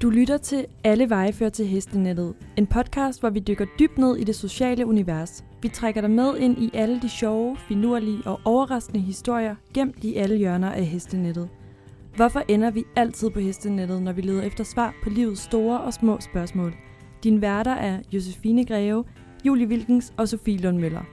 Du lytter til Alle veje fører til Hestenettet, en podcast, hvor vi dykker dybt ned i det sociale univers. Vi trækker dig med ind i alle de sjove, finurlige og overraskende historier gemt i alle hjørner af Hestenettet. Hvorfor ender vi altid på Hestenettet, når vi leder efter svar på livets store og små spørgsmål? Din værter er Josefine Greve, Julie Wilkens og Sofie Lund Møller.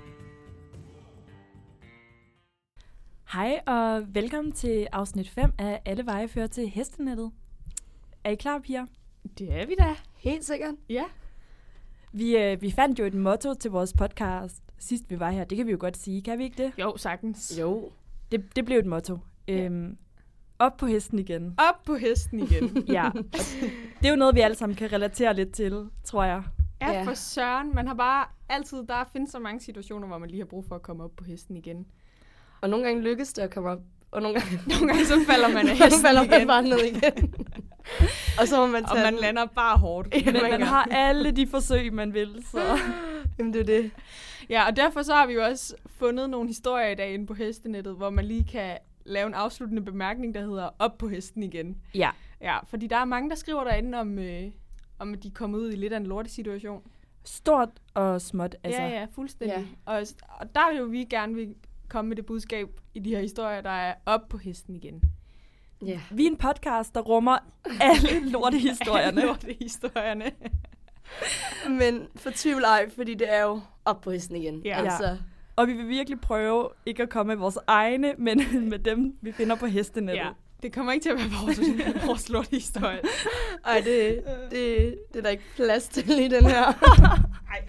Hej og velkommen til afsnit 5 af Alle veje fører til Hestenettet. Er I klar, piger? Det er vi da. Helt sikkert. Ja. Vi fandt jo et motto til vores podcast sidst vi var her. Det kan vi jo godt sige. Kan vi ikke det? Jo, sagtens. Jo. Det blev et motto. Ja. Op på hesten igen. Op på hesten igen. Ja. Det er jo noget, vi alle sammen kan relatere lidt til, tror jeg. Ja, for søren. Man har bare altid, der findes så mange situationer, hvor man lige har brug for at komme op på hesten igen. Og nogle gange lykkes det at komme op, og nogle gange så falder man af hesten falder igen. man bare ned igen. Og så må man tage og man lander bare hårdt. Men man har alle de forsøg, man vil. Så. Jamen, det er det. Ja, og derfor så har vi jo også fundet nogle historier i dag inde på Hestenettet, hvor man lige kan lave en afsluttende bemærkning, der hedder op på hesten igen. Ja. Ja, fordi der er mange, der skriver derinde om at de er kommet ud i lidt af en lortesituation. Stort og småt. Altså. Ja, fuldstændig. Ja. Og der vil jo vi gerne vil komme med det budskab i de her historier, der er op på hesten igen. Ja. Vi er en podcast, der rummer alle lortehistorierne. Alle lortehistorierne. Men fortvivl ej, fordi det er jo op på hesten igen. Ja. Altså. Og vi vil virkelig prøve ikke at komme med vores egne, men med dem, vi finder på Hestenettet. Ja, det kommer ikke til at være vores lortehistorie. Ej, det er der ikke plads til i den her. Ej.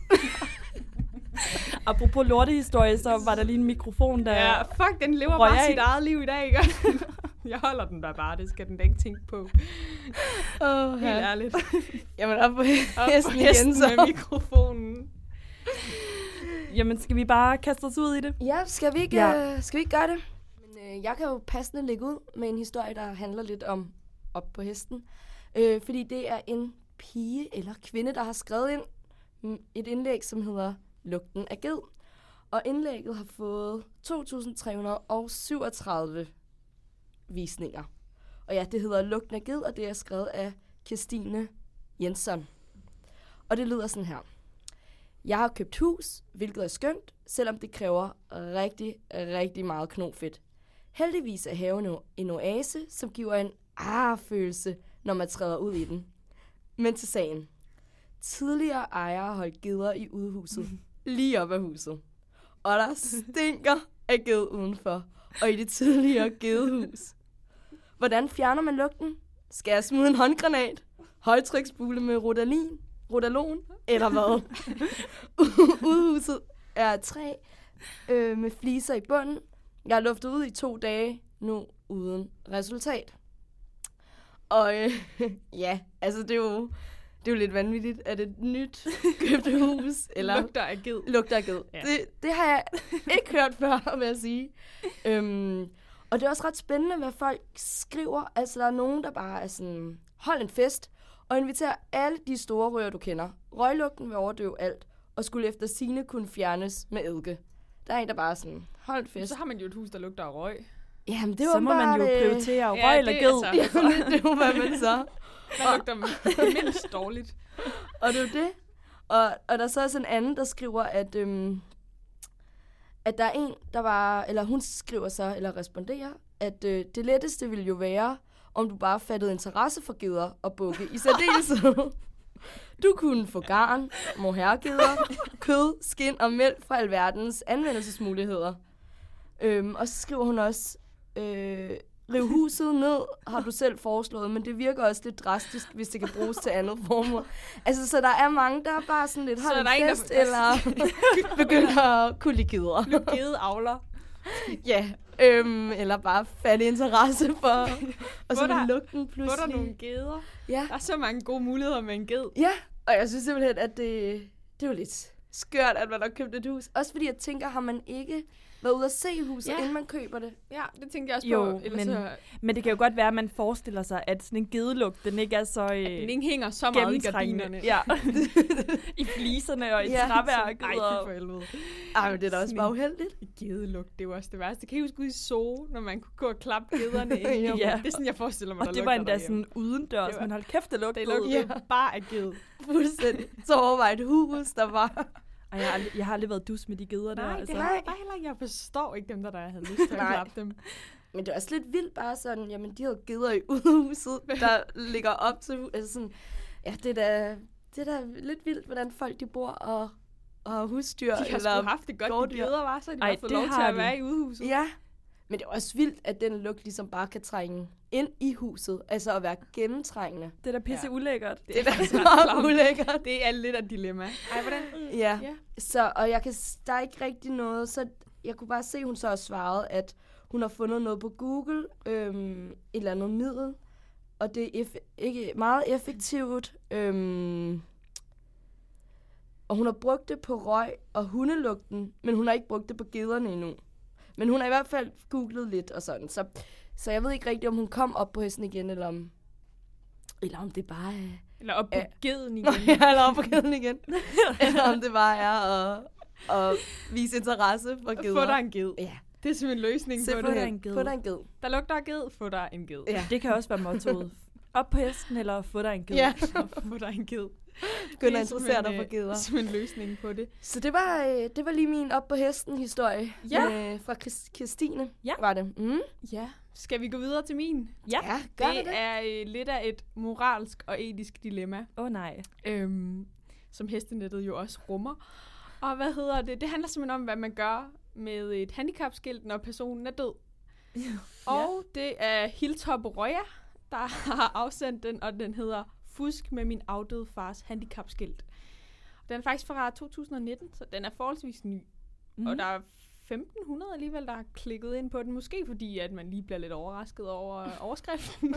Apropos lortehistorie, så var der lige en mikrofon, der... Ja, fuck, den lever bare sit eget liv i dag, ikke? Jeg holder den der bare, det skal den da ikke tænke på. Helt ærligt. Jamen, op på hesten igen, så. Med mikrofonen. Jamen, skal vi bare kaste os ud i det? Ja, skal vi ikke gøre det? Men jeg kan jo passende lægge ud med en historie, der handler lidt om op på hesten. Fordi det er en pige eller kvinde, der har skrevet ind et indlæg, som hedder Lugten af ged. Og indlægget har fået 2.337 visninger. Og ja, det hedder Lugten af ged, og det er skrevet af Kirstine Jensson. Og det lyder sådan her. Jeg har købt hus, hvilket er skønt, selvom det kræver rigtig, rigtig meget knofedt. Heldigvis er haven en oase, som giver en følelse, når man træder ud i den. Men til sagen. Tidligere ejere holdt geder i udhuset, lige op ad huset. Og der stinker af ged udenfor, og i det tidligere gedehus. Hvordan fjerner man lugten? Skal jeg smide en håndgranat? Højtryksspule med Rodalon? Eller hvad? Udhuset er et træ med fliser i bunden. Jeg har luftet ud i 2 dage nu uden resultat. Og ja, altså det er jo lidt vanvittigt, at et nyt købte hus eller lugter af ged. Ja. Det har jeg ikke hørt før, vil jeg sige. Og det er også ret spændende, hvad folk skriver. Altså der er nogen, der bare er sådan, hold en fest, og inviterer alle de store røger, du kender. Røglugten vil overdøve alt, og skulle efter sigende kunne fjernes med eddike. Der er en, der bare sådan, hold en fest. Så har man jo et hus, der lugter af røg. Jamen, det så må man jo prioritere røg eller ged. Altså, det er jo, hvad man så. Der lugter mindst dårligt. Og det er jo det. Og der er så også en anden, der skriver, at der er en, der var, eller hun skriver så, eller responderer, at det letteste ville jo være, om du bare fattede interesse for geder og bukke i særdeleshed. Du kunne få garn, mohairgeder, kød, skin og mælk fra alverdens anvendelsesmuligheder. Og så skriver hun også, riv huset ned, har du selv foreslået, men det virker også lidt drastisk, hvis det kan bruges til andet formål. Altså, så der er mange, der er bare sådan lidt hold en fest, eller begynder at kunne lide geder. Blive gedeavler. Ja, eller bare fatte interesse for, og så vil lugten pludselig. Få der nogle geder. Ja. Der er så mange gode muligheder med en ged. Ja, og jeg synes simpelthen, at det er jo lidt skørt, at man har købt et hus. Også fordi jeg tænker, har man ikke været ude at se huset, inden man køber det. Ja, det tænkte jeg også Jo, på. Ellers men det kan jo godt være, at man forestiller sig, at sådan en gedelugt, den ikke er så den ikke hænger så meget i gardinerne. Ja. I fliserne og i træværket. Ej, for helvede. Ej, men det er da også bare uheldigt. Gedelugt, det var også det værste. Kan I huske ude i Zoo, når man kunne gå og klappe gederne ind? Ja. Det er sådan, jeg forestiller mig, og der det var endda derhjemme. sådan udendørs, men hold kæft, det lugtede. Bare af ged. Fuldstændig. Så overvej et hus, der var... Og jeg har aldrig været dus med de geder der. Nej, Altså. det har jeg bare heller ikke. Jeg forstår ikke dem, der havde lyst til at klappe dem. Men det er også lidt vildt bare sådan, jamen de havde geder i udehuset, der ligger op til, altså sådan, ja, det er da lidt vildt, hvordan folk de bor og har husdyr. De har sgu haft det godt, de geder var, så de har fået lov til at være i udehuset. Ja, men det er også vildt, at den lugt ligesom bare kan trænge ind i huset, altså at være gennemtrængende. Det er da pisse ulækkert. Det er da meget ulækkert. Det er lidt et dilemma. Ej, hvordan? Ja. Så, og der er ikke rigtig noget, så jeg kunne bare se, at hun så har svaret, at hun har fundet noget på Google, et eller andet middel, og det er ikke meget effektivt, og hun har brugt det på røg og hundelugten, men hun har ikke brugt det på gederne endnu. Men hun har i hvert fald googlet lidt og sådan, så jeg ved ikke rigtigt, om hun kom op på hesten igen, eller om det bare er... Eller op på geden igen. Eller op på geden igen. Eller om det bare er at vise interesse for geder. Få dig en ged. Ja. Det er simpelthen løsningen på det. Få dig en ged. Der lugter af ged, få dig en ged. Ja. Det kan også være mottoet. Op på hesten, eller få dig en ged. Ja, få dig en ged. Begynd at interessere dig for geder. Det er simpelthen løsningen på det. Så det var lige min op på hesten historie. Ja. Fra Christine var det. Ja. Skal vi gå videre til min? Ja, gør det. Det er lidt af et moralsk og etisk dilemma. Nej. Som hestenettet jo også rummer. Og hvad hedder det? Det handler simpelthen om, hvad man gør med et handicapskilt, når personen er død. Og det er Hiltop Røja, der har afsendt den, og den hedder Fusk med min afdøde fars handicapskilt. Den er faktisk fra 2019, så den er forholdsvis ny. Og der er 1.500 alligevel, der har klikket ind på den. Måske fordi, at man lige bliver lidt overrasket over overskriften.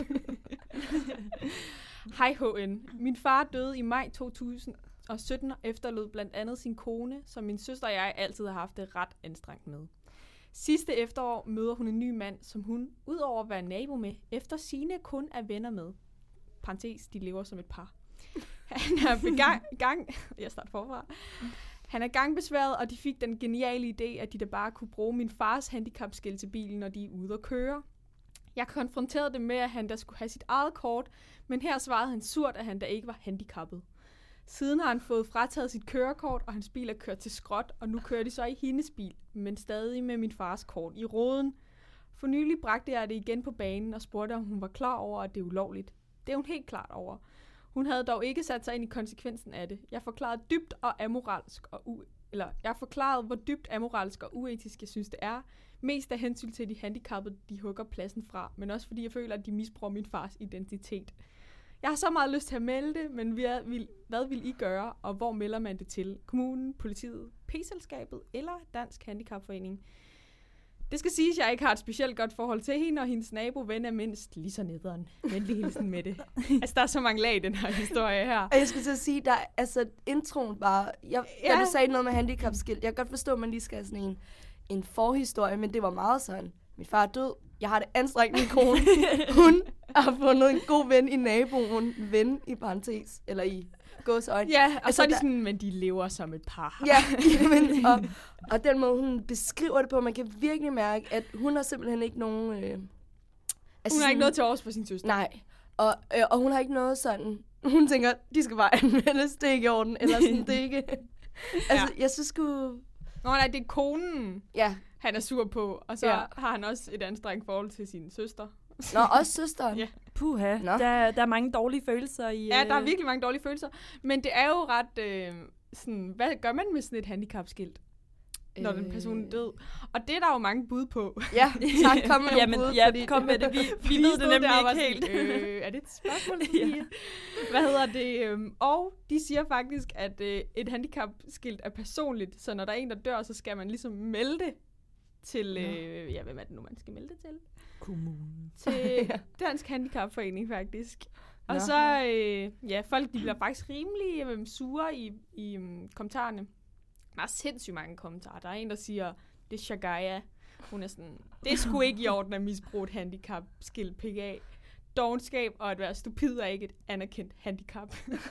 Hej HN. Min far døde i maj 2017 og efterlod blandt andet sin kone, som min søster og jeg altid har haft det ret anstrengt med. Sidste efterår møder hun en ny mand, som hun, udover at være nabo med, efter sine kun er venner med. Parentes, de lever som et par. Han er jeg starter forfra. Han er gangbesværet, og de fik den geniale idé, at de da bare kunne bruge min fars handicapskilt til bilen, når de er ude at køre. Jeg konfronterede det med, at han da skulle have sit eget kort, men her svarede han surt, at han da ikke var handicappet. Siden har han fået frataget sit kørekort, og hans bil er kørt til skrot, og nu kører de så i hendes bil, men stadig med min fars kort i roden. For nylig bragte jeg det igen på banen og spurgte, om hun var klar over, at det er ulovligt. Det er hun helt klart over. Hun havde dog ikke sat sig ind i konsekvensen af det. Jeg forklarede hvor dybt amoralsk og uetisk jeg synes det er. Mest af hensyn til de handicappede, de hugger pladsen fra, men også fordi jeg føler, at de misbruger min fars identitet. Jeg har så meget lyst til at melde det, men hvad vil I gøre, og hvor melder man det til? Kommunen, politiet, P-selskabet eller Dansk Handicapforening? Det skal siges, at jeg ikke har et specielt godt forhold til hende, og hendes naboven er mindst lige så nederen. Venlig hilsen med det. Altså, der er så mange lag i den her historie her. Og jeg skulle til at sige, introen bare... Da du sagde noget med handicapskilt, jeg kan godt forstå, at man lige skal have sådan en forhistorie, men det var meget sådan. Min far er død. Jeg har det anstrengende med kone. Hun har fundet en god ven i naboen. Ven i parentes. Eller i gåseøjne. Ja, og altså, så er de sådan, men de lever som et par. Ja, men, og den måde, hun beskriver det på, man kan virkelig mærke, at hun har simpelthen ikke nogen... hun har ikke noget til overs for sin søster. Nej, og hun har ikke noget sådan... Hun tænker, de skal bare anmeldes, det er ikke i orden. Eller sådan, det er ikke... Altså, jeg synes sgu... Nej, det er konen, han er sur på. Og så har han også et anstrengt forhold til sin søster. Nå, også søsteren? Ja. Puha, der er mange dårlige følelser i... Ja, der er virkelig mange dårlige følelser. Men det er jo ret... sådan, hvad gør man med sådan et handicapskilt, når den person er død? Og det er der jo mange bud på. Ja, tak. Kom med nogle bud. Ja, kom med det. Vi ved det nemlig ikke helt. Er det et spørgsmål? Ja. Hvad hedder det? Og de siger faktisk, at et handicapskilt er personligt, så når der er en, der dør, så skal man ligesom melde det til... hvem er det nu, man skal melde det til? Kommunen. Til Dansk Handicapforening, faktisk. Og så, folk de bliver faktisk rimelig sure i kommentarerne. Der er sindssygt mange kommentarer. Der er en, der siger, Det er Shagaya. Hun er sådan, det er sgu ikke i orden at misbruge et handicap-skilt PGA. Dovenskab og at være stupid er ikke et anerkendt handicap.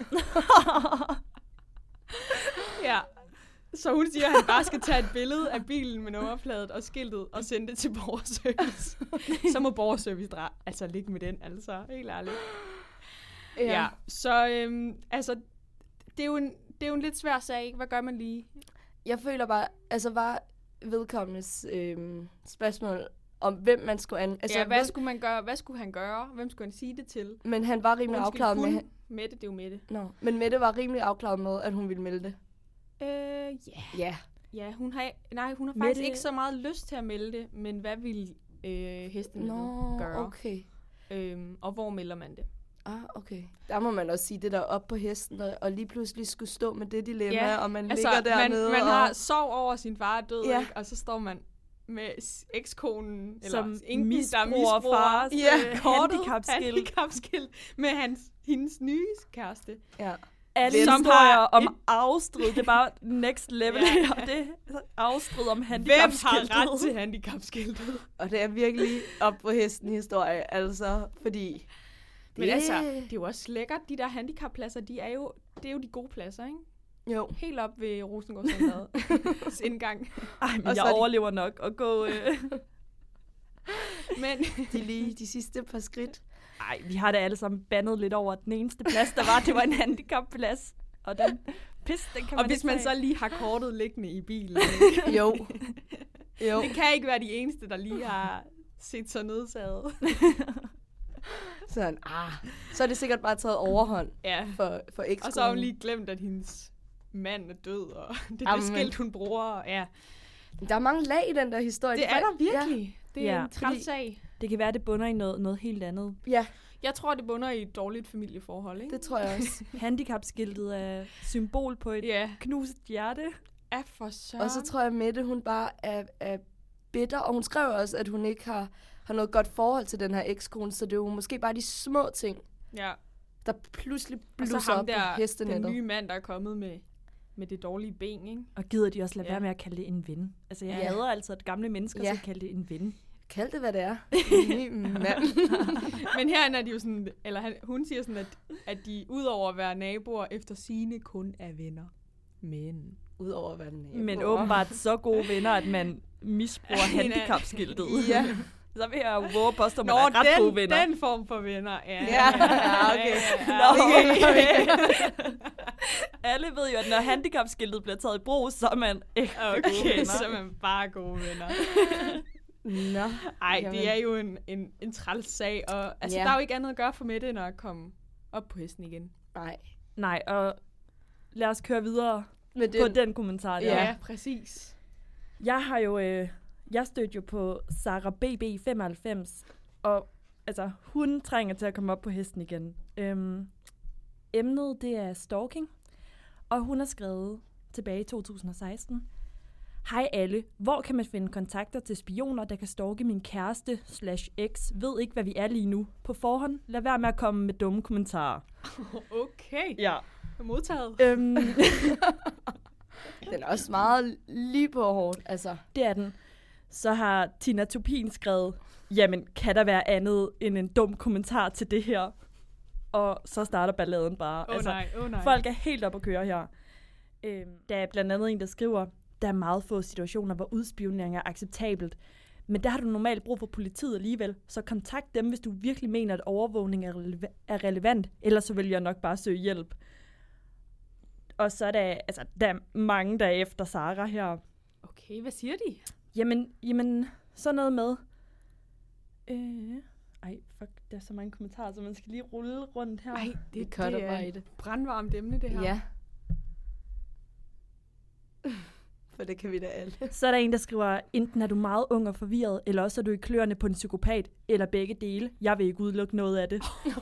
Ja. Så hun siger, at han bare skal tage et billede af bilen med nummerpladen og skiltet og sende det til borgerservice. Så må borgerservice ligge med den, altså. Helt ærligt. Ja. Så altså, det er jo en lidt svær sag, ikke? Hvad gør man lige? Jeg føler bare, altså var vedkommendes spørgsmål om, hvem man skulle altså, hvad skulle man gøre? Hvad skulle han gøre? Hvem skulle han sige det til? Men han var rimelig afklaret med... Mette, det er jo Mette. Men Mette var rimelig afklaret med, at hun ville melde det. Ja. Ja, hun har faktisk ikke så meget lyst til at melde det, men hvad vil hesten gøre? Okay. Og hvor melder man det? Okay. Der må man også sige det der op på hesten, og lige pludselig skulle stå med det dilemma, og man ligger dernede. Man har sorg over sin far død, ikke? Og så står man med ekskonen, eller som enken, misbruger fars handicapskilt med hendes nye kæreste. Ja. Alle historier om afstrid, det er bare next level her. Det er afstrid om handicapskiltet. Hvem har ret til handicapskiltet? Og det er virkelig op på hesten historie, altså, fordi... Men altså, det er jo også lækkert, de der handicappladser, det er jo de gode pladser, ikke? Jo. Helt op ved Rosengårdscenteret indgang. Ej, men jeg overlever nok at gå... Men de sidste par skridt. Ej, vi har da alle sammen bandet lidt over, at den eneste plads, der var, det var en handicapplads. Og den kan man. Og hvis man så lige har kortet liggende i bilen. Jo. Det kan ikke være de eneste, der lige har set sig nødsaget. Sådan, så er det sikkert bare taget overhånd for ekskonen. Og så har hun lige glemt, at hendes mand er død, og det er det skilt, hun bruger. Ja. Der er mange lag i den der historie. Det er der virkelig. Ja. Det er en træls sag. Det kan være, det bunder i noget helt andet. Ja. Jeg tror, det bunder i et dårligt familieforhold, ikke? Det tror jeg også. Handicapskiltet er symbol på et knust hjerte. Ja, for søren. Og så tror jeg, Mette, hun bare er bitter, og hun skrev også, at hun ikke har noget godt forhold til den her ekskone, så det er jo måske bare de små ting, der pludselig blusser op på hestenettet. Den nye mand, der er kommet med det dårlige ben, ikke? Og gider de også lade være med at kalde det en ven? Altså, jeg hader altså, at gamle mennesker så kalde det en ven. Kald det, hvad det er. En ny mand. Men her er de jo sådan, eller hun siger sådan, at de udover at være naboer, efter sigende kun er venner. Men udover at være naboer. Men åbenbart så gode venner, at man misbruger handicapskiltet. Ja. Så vil jeg våge påstå, at man er ret gode venner. Den form for venner. Okay. Okay. Alle ved jo, at når handicapskiltet bliver taget i brug, så er man ikke gode venner. Så er man bare gode venner. Ej, det er jo en træls sag, og altså, der er jo ikke andet at gøre for Mette, end at komme op på hesten igen. Nej, og lad os køre videre på den kommentar der. Ja, præcis. Jeg har jo, jeg stødte jo på Sarah BB95, og altså, hun trænger til at komme op på hesten igen. Emnet, det er stalking, og hun har skrevet tilbage i 2016. Hej alle, hvor kan man finde kontakter til spioner, der kan stalke min kæreste/eks? Ved ikke, hvad vi er lige nu. På forhånd, lad være med at komme med dumme kommentarer. Okay. Ja. Modtaget. Den er også meget lige på hårdt, altså. Det er den. Så har Tina Tupin skrevet, jamen, kan der være andet end en dum kommentar til det her? Og så starter balladen bare. Nej. Folk er helt op at køre her. Der er blandt andet en, der skriver, der er meget få situationer, hvor udspionering er acceptabelt. Men der har du normalt brug for politiet alligevel, så kontakt dem, hvis du virkelig mener, at overvågning er relevant. Ellers så vil jeg nok bare søge hjælp. Og så er der er mange, der er efter Sarah her. Okay, hvad siger de? Jamen sådan noget med... der er så mange kommentarer, så man skal lige rulle rundt her. Ej, det er brandvarmt emne, det her. Ja. For det kan vi da alle. Så er der en, der skriver, enten er du meget ung og forvirret, eller også er du i kløerne på en psykopat, eller begge dele. Jeg vil ikke udelukke noget af det.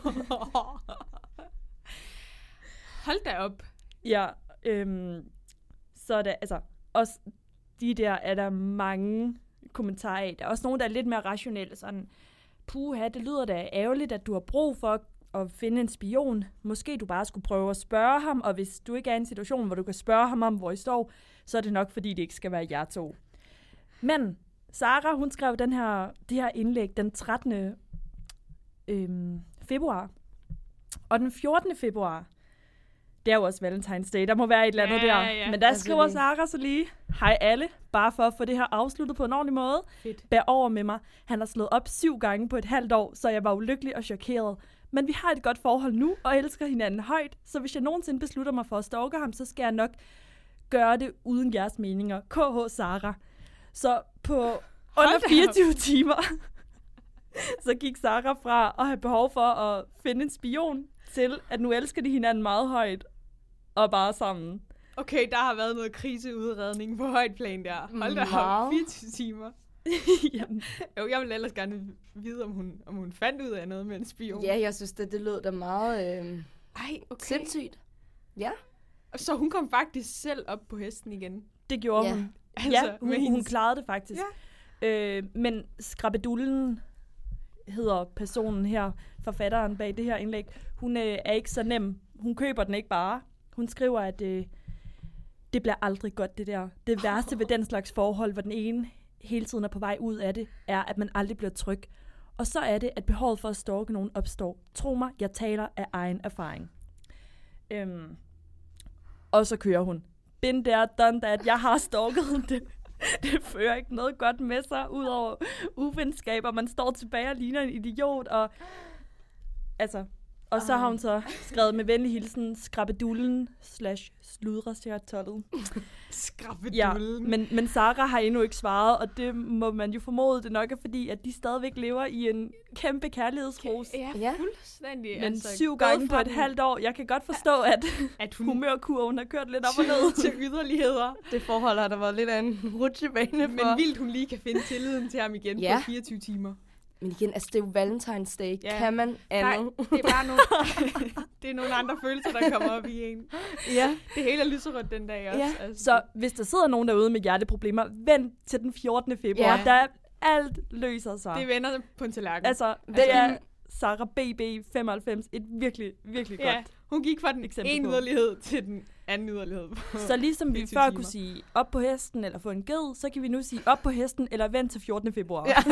Hold da op. Ja, så er der, altså, også de der er der mange kommentarer af. Der er også nogen, der er lidt mere rationelle, sådan, puha, det lyder da ærgerligt, at du har brug for at finde en spion. Måske du bare skulle prøve at spørge ham, og hvis du ikke er i en situation, hvor du kan spørge ham om, hvor I står, så er det nok, fordi det ikke skal være jer to. Men Sara, hun skrev det her indlæg den 13. Februar. Og den 14. februar, det er jo også Valentine's Day, der må være et eller andet der. Ja. Men der skriver Sara så lige, hej alle, bare for at få det her afsluttet på en ordentlig måde. Fedt. Bær over med mig. Han har slået op 7 gange på et halvt år, så jeg var ulykkelig og chokeret. Men vi har et godt forhold nu, og elsker hinanden højt, så hvis jeg nogensinde beslutter mig for at stalke ham, så skal jeg nok gøre det uden jeres meninger. KH Sara. Så på under 24 timer, så gik Sara fra at have behov for at finde en spion, til at nu elsker de hinanden meget højt, og bare sammen. Okay, der har været noget kriseudredning på højt plan der. Hold da op, 24 timer. Jo, jeg vil ellers gerne vide, om hun fandt ud af noget med en spion. Ja, jeg synes, det lød da meget okay. sindssygt. Ja. Så hun kom faktisk selv op på hesten igen. Det gjorde hun. Altså, hun klarede det faktisk. Ja. Men skrabedullen hedder personen her, forfatteren bag det her indlæg. Hun er ikke så nem. Hun køber den ikke bare. Hun skriver, at det bliver aldrig godt, det der. Det værste ved den slags forhold, hvor den ene hele tiden er på vej ud af det, er, at man aldrig bliver tryg. Og så er det, at behovet for at stalke nogen opstår. Tro mig, jeg taler af egen erfaring. Og så kører hun. Been there, done that. Jeg har stalket det. Det fører ikke noget godt med sig, udover uvenskaber. Man står tilbage og ligner en idiot. Og så har hun så skrevet med venlig hilsen, skrabedullen /sludrestjærtollet. Skrabedullen. Ja, men Sara har endnu ikke svaret, og det må man jo formode, det nok er fordi, at de stadigvæk lever i en kæmpe kærlighedsros. Ja, fuldstændig. Men 7 gange på et halvt år. Jeg kan godt forstå, at humørkurven har kørt lidt op og ned. Til yderligheder. Det forhold har der været lidt af en rutsjebane for. Men vildt hun lige kan finde tilliden til ham igen på 24 timer. Men igen, altså det er jo Valentine's Day. Ja. Kan man andet? Det er bare det er nogle andre følelser, der kommer op i en. Ja. Det hele er lyserødt den dag også. Ja. Altså. Så hvis der sidder nogen derude med hjerteproblemer, vent til den 14. februar. Ja. Der alt løser sig. Det vender på en tallerken. Det er Sara BB 95 et virkelig, virkelig godt. Hun gik fra den ene yderlighed til den anden yderlighed. Så ligesom vi før kunne sige op på hesten eller få en ged, så kan vi nu sige op på hesten eller vent til 14. februar. Ja.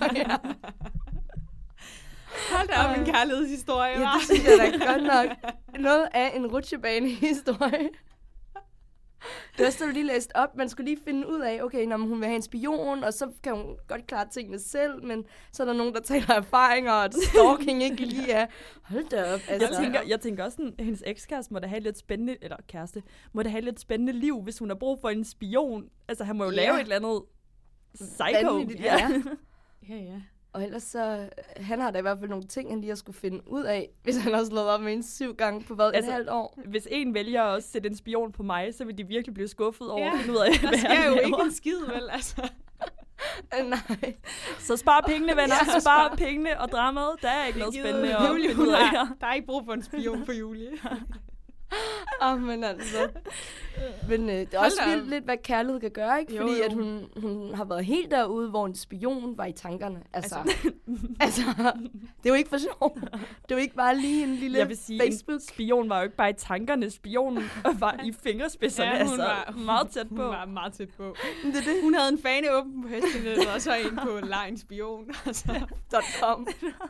Hold da op en kærlighedshistorie, ja, det synes jeg da godt nok. Noget af en rutsjebane-historie. Det var også, da du lige læste op. Man skulle lige finde ud af, okay, når hun vil have en spion, og så kan hun godt klare tingene selv, men så er der nogen, der taler erfaringer, og stalking ikke lige er. Hold da op. Altså. Jeg tænker også, at hendes ekskæreste må da have lidt spændende, eller kæreste, må da have lidt spændende liv, hvis hun har brug for en spion. Altså, han må jo lave et eller andet psycho. Ja. Og ellers så, han har da i hvert fald nogle ting, han lige har skulle finde ud af, hvis han har slået op med en 7 gange på et halvt år. Hvis en vælger at sætte en spion på mig, så vil de virkelig blive skuffet over at finde ud af, hvad der sker jo ikke en skid, vel? Altså. Nej. Så spar pengene, venner. Ja, spar pengene og dramaet. Der er ikke noget spændende at finde ud af. Der er ikke brug for en spion for Julie. Men altså. Men det er også vildt lidt, hvad kærlighed kan gøre, ikke? Fordi at hun har været helt derude, hvor en spion var i tankerne. Altså, det er jo ikke for sjov. Det er jo ikke bare lige en lille Facebook. Spion var jo ikke bare i tankerne. Spionen var i fingerspidserne. Ja, hun var meget tæt på. Hun var meget tæt på. Hun havde en fane åben på hesten, og så en på Lejen Spion. .com.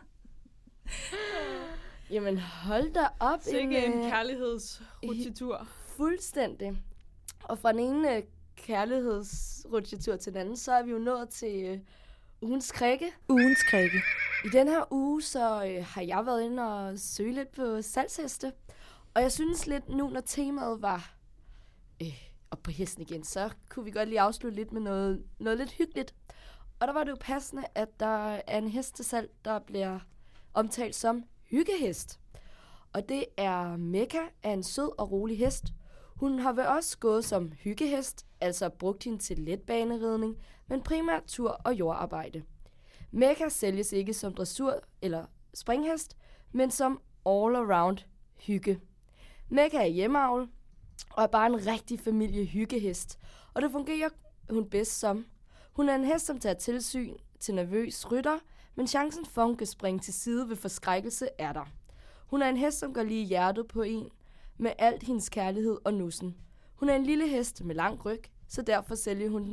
Jamen hold da op. Sikke en kærlighedsrutsjetur. Fuldstændig. Og fra den ene kærlighedsrutsjetur til den anden, så er vi jo nået til ugens krikke. Ugens krikke. I den her uge, så har jeg været inde og søge lidt på salgsheste. Og jeg synes lidt nu, når temaet var op på hesten igen, så kunne vi godt lige afslutte lidt med noget lidt hyggeligt. Og der var det jo passende, at der er en hest til salg, der bliver omtalt som hyggehest. Og det er Mekka af en sød og rolig hest. Hun har vel også gået som hyggehest, altså brugt hende til letbaneridning, men primært tur og jordarbejde. Mekka sælges ikke som dressur eller springhest, men som all-around hygge. Mekka er hjemmeavl og er bare en rigtig familiehyggehest, og det fungerer hun bedst som. Hun er en hest, som tager tilsyn til nervøs rytter, men chancen for, hun kan springe til side ved forskrækkelse er der. Hun er en hest, som går lige hjertet på en med alt hendes kærlighed og nussen. Hun er en lille hest med lang ryg, så derfor sælger hun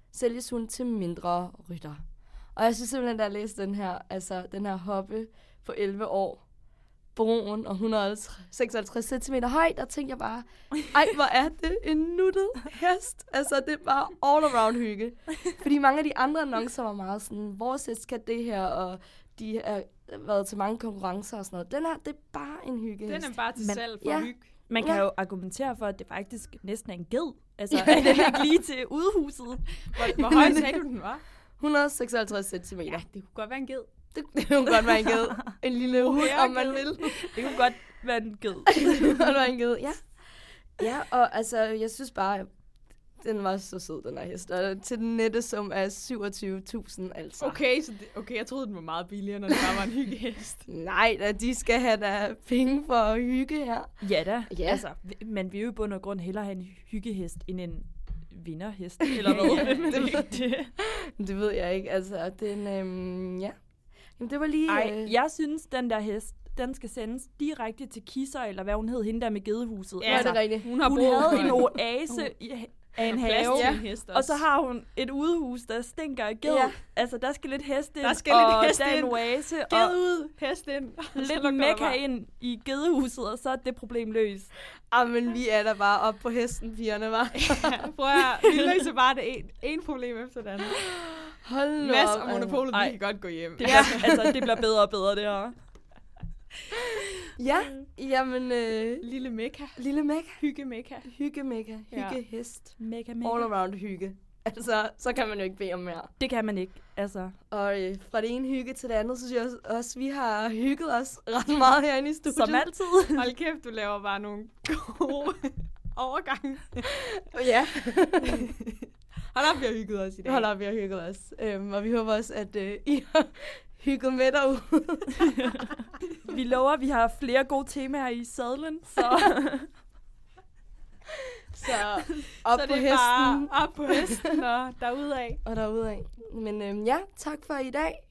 sælges hun til mindre rytter. Og jeg synes simpelthen, da jeg læste den her hoppe på 11 år, broen og 156 cm høj, der tænkte jeg bare, ej, hvor er det en nuttet hest. Altså, det er bare all around hygge. Fordi mange af de andre annoncer var meget sådan, vores hest kan det her, og de har været til mange konkurrencer og sådan noget. Den her, det er bare en hyggehest. Den er bare til salg for hygge. Man kan jo argumentere for, at det faktisk næsten er en ged. Altså, er den ikke lige til udhuset? Hvor høj sagde du, den var? 156 cm. Ja, det kunne godt være en ged. Det kunne godt være en ged. En lille hund, om man vil. Det kunne godt være en ged. Det kunne godt være en ged, ja. Ja, og altså, jeg synes bare, den var så sød, den her hest. Og til den nette sum af 27.000, altså. Okay, jeg troede, den var meget billigere, når det bare var en hyggehest. Nej, da, de skal have da penge for at hygge her. Ja da. Ja. Altså, man vil jo i bund og grund hellere have en hyggehest end en vinderhest, eller hvad? Det ved jeg ikke. Altså, den, ja. Jamen, det var lige... Jeg synes, den der hest, den skal sendes direkte til Kisser, eller hvad hun hed, hende der med gedehuset. Ja, altså, det er rigtigt. Hun havde en oase af en have, og så har hun et udehus, der stinker af ged. Ja. Altså, der skal lidt hest ind, der er en oase. Ged ud, hest ind. Lidt mekka ind i gedehuset, og så er det problem løst. Men vi er der bare op på hesten, pigerne, var. Ja, prøv at vi løser bare det en problem efter det andet. Hold nu Mads op. og Monopolet, de kan godt gå hjem. Det bliver bedre og bedre, det her. Ja, jamen... Lille Mekka. Hygge-mekka. Hygge-hest. Mekka. All around hygge. Altså, så kan man jo ikke bede om mere. Det kan man ikke, altså. Og fra det ene hygge til det andet, synes jeg også, vi har hygget os ret meget herinde i studiet. Som altid. Hold kæft, du laver bare nogle gode overgange. Ja. Hold op, vi har hygget os i dag. Hold op, vi har hygget os. Og vi håber også, at I har hygget med derude. Vi lover, at vi har flere gode temaer i sadlen, så op så på det hesten. Bare op på hesten og derudad. Og derudad. Men ja, tak for i dag.